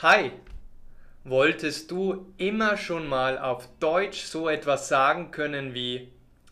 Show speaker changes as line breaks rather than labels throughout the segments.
Hi, wolltest du immer schon mal auf Deutsch so etwas sagen können wie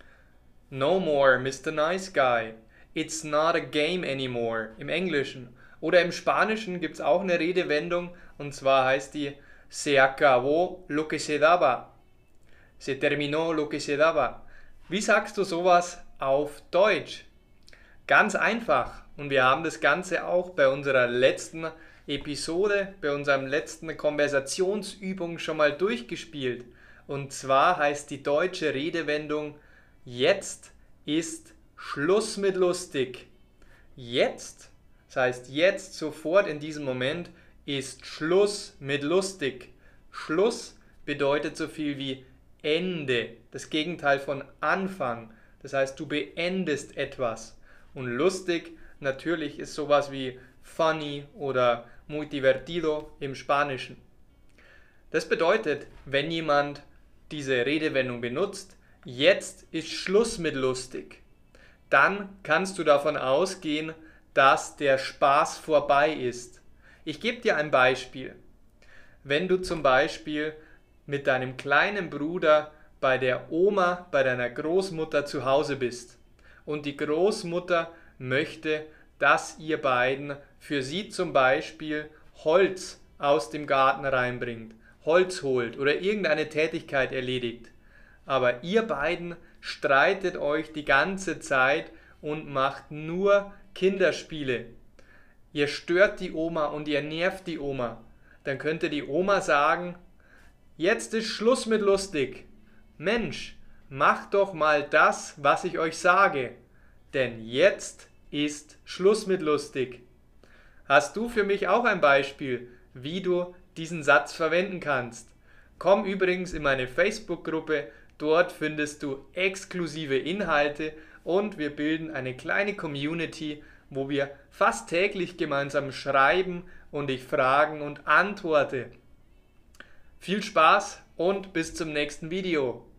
No more, Mr. Nice Guy. It's not a game anymore im Englischen. Oder im Spanischen gibt es auch eine Redewendung und zwar heißt die Se acabó lo que se daba. Se terminó lo que se daba. Wie sagst du sowas auf Deutsch? Ganz einfach. Und wir haben das Ganze auch bei unserer letzten Episode, bei unserem letzten Konversationsübung schon mal durchgespielt. Und zwar heißt die deutsche Redewendung Jetzt ist Schluss mit lustig. Jetzt, das heißt jetzt, sofort in diesem Moment, ist Schluss mit lustig. Schluss bedeutet so viel wie Ende, das Gegenteil von Anfang. Das heißt, du beendest etwas. Und lustig natürlich ist sowas wie funny oder muy divertido im Spanischen. Das bedeutet, wenn jemand diese Redewendung benutzt, jetzt ist Schluss mit lustig, dann kannst du davon ausgehen, dass der Spaß vorbei ist. Ich gebe dir ein Beispiel. Wenn du zum Beispiel mit deinem kleinen Bruder bei der Oma, bei deiner Großmutter zu Hause bist und die Großmutter möchte, dass ihr beiden für sie zum Beispiel Holz aus dem Garten reinbringt, Holz holt oder irgendeine Tätigkeit erledigt. Aber ihr beiden streitet euch die ganze Zeit und macht nur Kinderspiele. Ihr stört die Oma und ihr nervt die Oma. Dann könnte die Oma sagen, jetzt ist Schluss mit lustig. Mensch, macht doch mal das, was ich euch sage. Denn jetzt ist Schluss mit lustig. Hast du für mich auch ein Beispiel, wie du diesen Satz verwenden kannst? Komm übrigens in meine Facebook-Gruppe, dort findest du exklusive Inhalte und wir bilden eine kleine Community, wo wir fast täglich gemeinsam schreiben und ich fragen und antworte. Viel Spaß und bis zum nächsten Video.